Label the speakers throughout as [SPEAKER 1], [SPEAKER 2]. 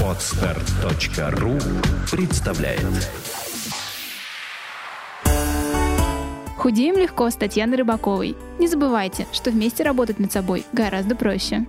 [SPEAKER 1] Podster.ru представляет.
[SPEAKER 2] Худеем легко с Татьяной Рыбаковой. Не забывайте, что вместе работать над собой гораздо проще.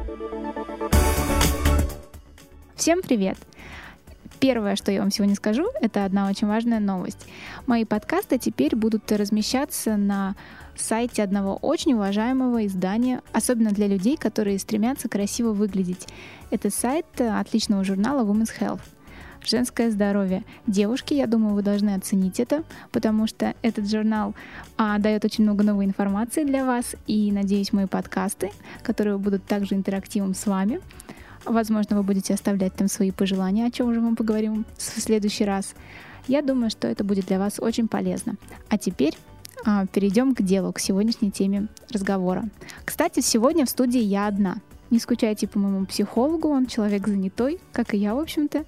[SPEAKER 2] Всем привет! Первое, что я вам сегодня скажу, это одна очень важная новость. Мои подкасты теперь будут размещаться на сайте одного очень уважаемого издания, особенно для людей, которые стремятся красиво выглядеть. Это сайт отличного журнала Women's Health. Женское здоровье. Девушки, я думаю, вы должны оценить это, потому что этот журнал дает очень много новой информации для вас, и, надеюсь, мои подкасты, которые будут также интерактивом с вами. Возможно, вы будете оставлять там свои пожелания, о чем уже мы поговорим в следующий раз. Я думаю, что это будет для вас очень полезно. А теперь перейдем к делу, к сегодняшней теме разговора. Кстати, сегодня в студии я одна. Не скучайте по моему психологу, он человек занятой, как и я, в общем-то.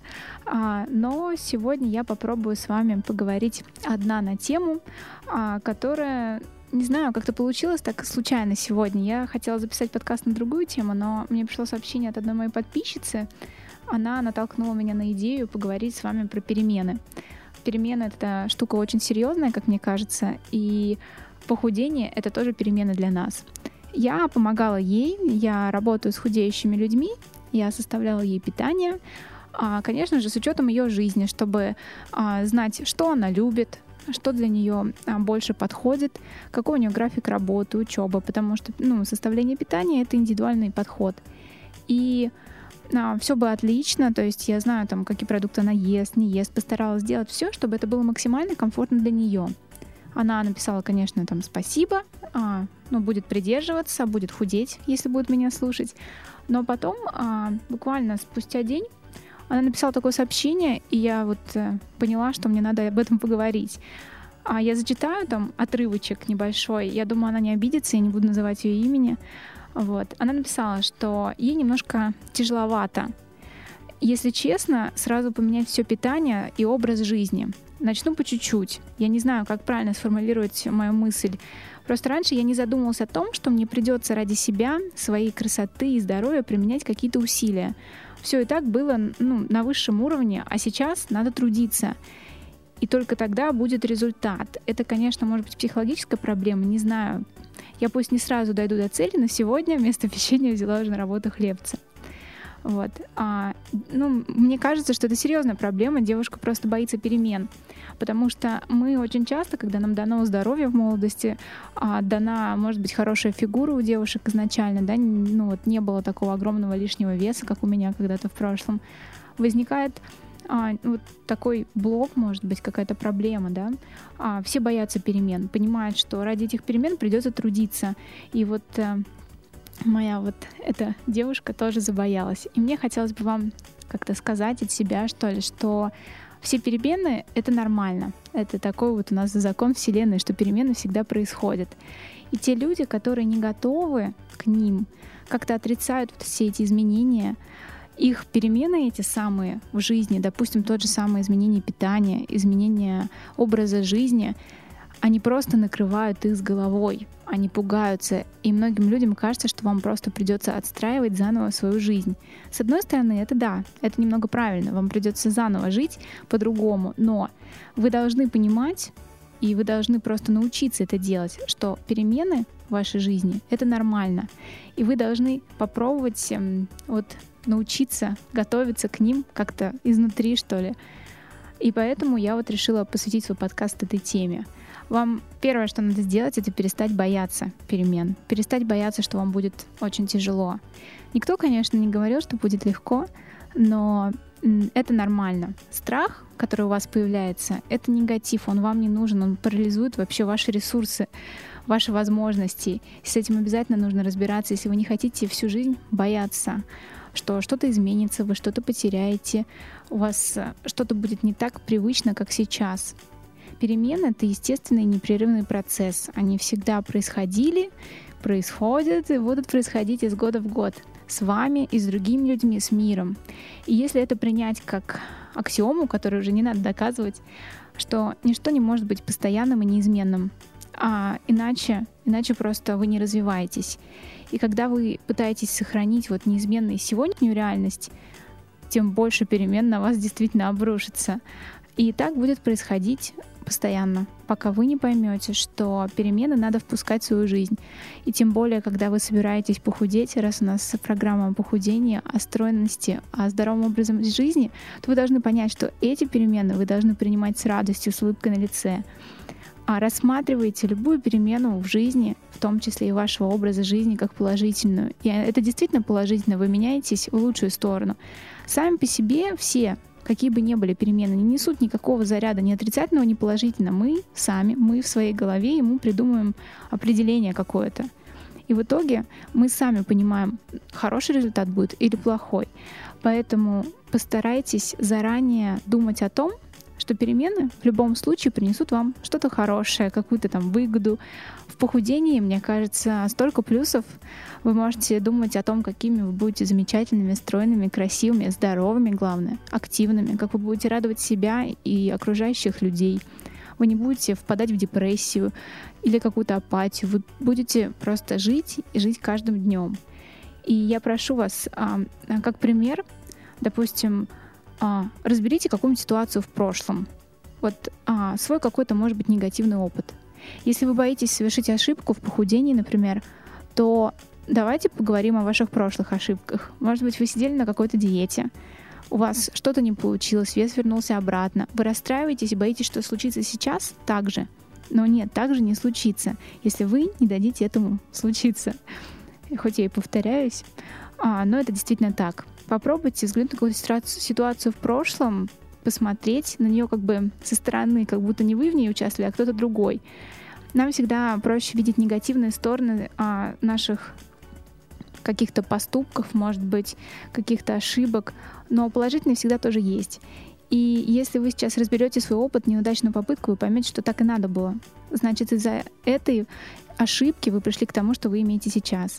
[SPEAKER 2] Но сегодня я попробую с вами поговорить одна на тему, которая, не знаю, как-то получилось так случайно сегодня. Я хотела записать подкаст на другую тему, но мне пришло сообщение от одной моей подписчицы. Она натолкнула меня на идею поговорить с вами про перемены. Перемены — это штука очень серьезная, как мне кажется, и похудение — это тоже перемены для нас. Я помогала ей, я работаю с худеющими людьми, я составляла ей питание, конечно же, с учетом ее жизни, чтобы знать, что она любит, что для нее больше подходит, какой у нее график работы, учебы, потому что составление питания — это индивидуальный подход. И все бы отлично, то есть я знаю, какие продукты она ест, не ест, постаралась сделать все, чтобы это было максимально комфортно для нее. Она написала, конечно, спасибо, будет придерживаться, будет худеть, если будет меня слушать. Но потом, буквально спустя день, она написала такое сообщение, и я поняла, что мне надо об этом поговорить. Я зачитаю отрывочек небольшой. Я думаю, она не обидится, я не буду называть ее имени. Она написала, что ей немножко тяжеловато, если честно, сразу поменять все питание и образ жизни. Начну по чуть-чуть. Я не знаю, как правильно сформулировать мою мысль. Просто раньше я не задумывалась о том, что мне придется ради себя, своей красоты и здоровья применять какие-то усилия. Все и так было на высшем уровне, а сейчас надо трудиться. И только тогда будет результат. Это, конечно, может быть психологическая проблема, не знаю. Я пусть не сразу дойду до цели, но сегодня вместо печенья взяла уже на работу хлебца. Мне кажется, что это серьезная проблема. Девушка просто боится перемен. Потому что мы очень часто, когда нам дано здоровье в молодости, дана, может быть, хорошая фигура у девушек изначально, не было такого огромного лишнего веса, как у меня когда-то в прошлом, возникает такой блок, может быть, какая-то проблема, все боятся перемен, понимают, что ради этих перемен придется трудиться. И моя эта девушка тоже забоялась. И мне хотелось бы вам как-то сказать от себя, что все перемены — это нормально. Это такой у нас закон Вселенной, что перемены всегда происходят. И те люди, которые не готовы к ним, как-то отрицают все эти изменения, их перемены эти самые в жизни, допустим, тот же самое изменение питания, изменение образа жизни, они просто накрывают их с головой, они пугаются, и многим людям кажется, что вам просто придется отстраивать заново свою жизнь. С одной стороны, это немного правильно, вам придется заново жить по-другому, но вы должны понимать, и вы должны просто научиться это делать, что перемены в вашей жизни — это нормально, и вы должны попробовать научиться готовиться к ним как-то изнутри, что ли. И поэтому я решила посвятить свой подкаст этой теме. Вам первое, что надо сделать, это перестать бояться перемен. Перестать бояться, что вам будет очень тяжело. Никто, конечно, не говорил, что будет легко, но это нормально. Страх, который у вас появляется, это негатив, он вам не нужен, он парализует вообще ваши ресурсы, ваши возможности. И с этим обязательно нужно разбираться, если вы не хотите всю жизнь бояться, что что-то изменится, вы что-то потеряете, у вас что-то будет не так привычно, как сейчас. Перемены — это естественный непрерывный процесс. Они всегда происходили, происходят и будут происходить из года в год. С вами и с другими людьми, с миром. И если это принять как аксиому, которую уже не надо доказывать, что ничто не может быть постоянным и неизменным, а иначе просто вы не развиваетесь. И когда вы пытаетесь сохранить неизменную сегодняшнюю реальность, тем больше перемен на вас действительно обрушится. И так будет происходить постоянно, пока вы не поймете, что перемены надо впускать в свою жизнь. И тем более, когда вы собираетесь похудеть, раз у нас программа о похудении, о стройности, о здоровом образе жизни, то вы должны понять, что эти перемены вы должны принимать с радостью, с улыбкой на лице. А рассматривайте любую перемену в жизни, в том числе и вашего образа жизни, как положительную. И это действительно положительно, вы меняетесь в лучшую сторону. Сами по себе все, какие бы ни были перемены, не несут никакого заряда, ни отрицательного, ни положительного. Мы в своей голове ему придумаем определение какое-то. И в итоге мы сами понимаем, хороший результат будет или плохой. Поэтому постарайтесь заранее думать о том, что перемены в любом случае принесут вам что-то хорошее, какую-то там выгоду. В похудении, мне кажется, столько плюсов. Вы можете думать о том, какими вы будете замечательными, стройными, красивыми, здоровыми, главное, активными, как вы будете радовать себя и окружающих людей. Вы не будете впадать в депрессию или какую-то апатию. Вы будете просто жить и жить каждым днем. И я прошу вас, как пример, допустим, разберите какую-нибудь ситуацию в прошлом. Свой какой-то, может быть, негативный опыт. Если вы боитесь совершить ошибку в похудении, например, то давайте поговорим о ваших прошлых ошибках. Может быть, вы сидели на какой-то диете, у вас что-то не получилось, вес вернулся обратно. Вы расстраиваетесь и боитесь, что случится сейчас так же. Но нет, так же не случится, если вы не дадите этому случиться. Хоть я и повторяюсь, но это действительно так. Попробуйте взглянуть на какую-то ситуацию в прошлом, посмотреть на нее как бы со стороны, как будто не вы в ней участвовали, а кто-то другой. Нам всегда проще видеть негативные стороны наших каких-то поступков, может быть, каких-то ошибок, но положительные всегда тоже есть. И если вы сейчас разберете свой опыт, неудачную попытку, вы поймете, что так и надо было. Значит, из-за этой ошибки вы пришли к тому, что вы имеете сейчас.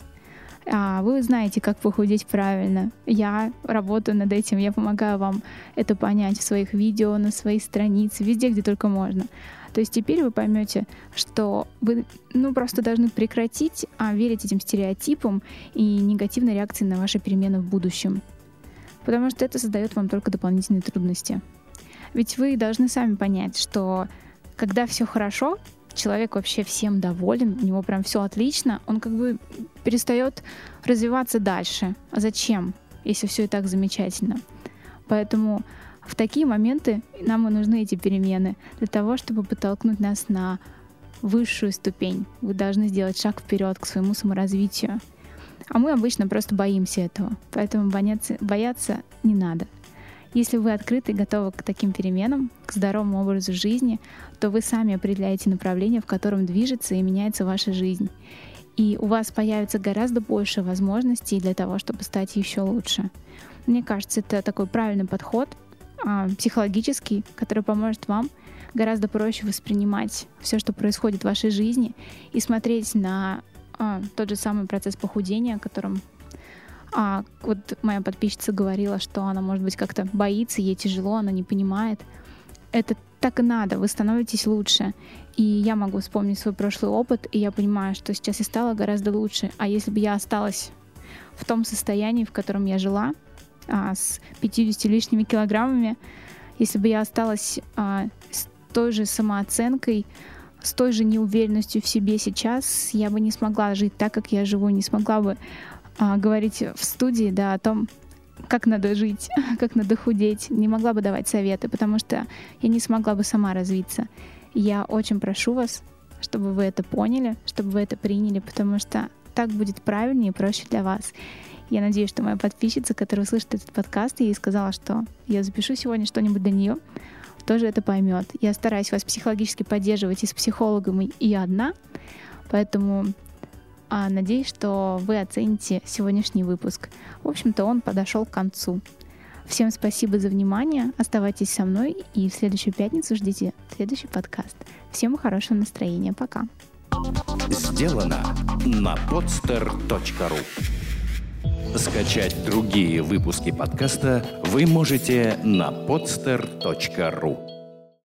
[SPEAKER 2] Вы знаете, как похудеть правильно. Я работаю над этим, я помогаю вам это понять в своих видео, на своей странице, везде, где только можно. То есть теперь вы поймете, что вы просто должны прекратить верить этим стереотипам и негативной реакции на ваши перемены в будущем. Потому что это создает вам только дополнительные трудности. Ведь вы должны сами понять, что когда все хорошо, человек вообще всем доволен, у него прям все отлично, он как бы перестает развиваться дальше. А зачем, если все и так замечательно? Поэтому в такие моменты нам и нужны эти перемены для того, чтобы подтолкнуть нас на высшую ступень. Вы должны сделать шаг вперед к своему саморазвитию. А мы обычно просто боимся этого, поэтому бояться не надо. Если вы открыты и готовы к таким переменам, к здоровому образу жизни, то вы сами определяете направление, в котором движется и меняется ваша жизнь. И у вас появится гораздо больше возможностей для того, чтобы стать еще лучше. Мне кажется, это такой правильный подход, психологический, который поможет вам гораздо проще воспринимать все, что происходит в вашей жизни, и смотреть на тот же самый процесс похудения, о котором вот моя подписчица говорила, что она, может быть, как-то боится, ей тяжело, она не понимает. Это так и надо, вы становитесь лучше. И я могу вспомнить свой прошлый опыт, и я понимаю, что сейчас я стала гораздо лучше. А если бы я осталась в том состоянии, в котором я жила, с 50 лишними килограммами, если бы я осталась с той же самооценкой, с той же неуверенностью в себе сейчас, я бы не смогла жить так, как я живу, не смогла бы говорить в студии, о том, как надо жить, как надо худеть, не могла бы давать советы, потому что я не смогла бы сама развиться. Я очень прошу вас, чтобы вы это поняли, чтобы вы это приняли, потому что так будет правильнее и проще для вас. Я надеюсь, что моя подписчица, которая услышит этот подкаст, и ей сказала, что я запишу сегодня что-нибудь для нее, тоже это поймет. Я стараюсь вас психологически поддерживать и с психологом, и одна, поэтому надеюсь, что вы оцените сегодняшний выпуск. В общем-то, он подошел к концу. Всем спасибо за внимание. Оставайтесь со мной, и в следующую пятницу ждите следующий подкаст. Всем хорошего настроения. Пока.
[SPEAKER 1] Сделано на podster.ru. Скачать другие выпуски подкаста вы можете на podster.ru.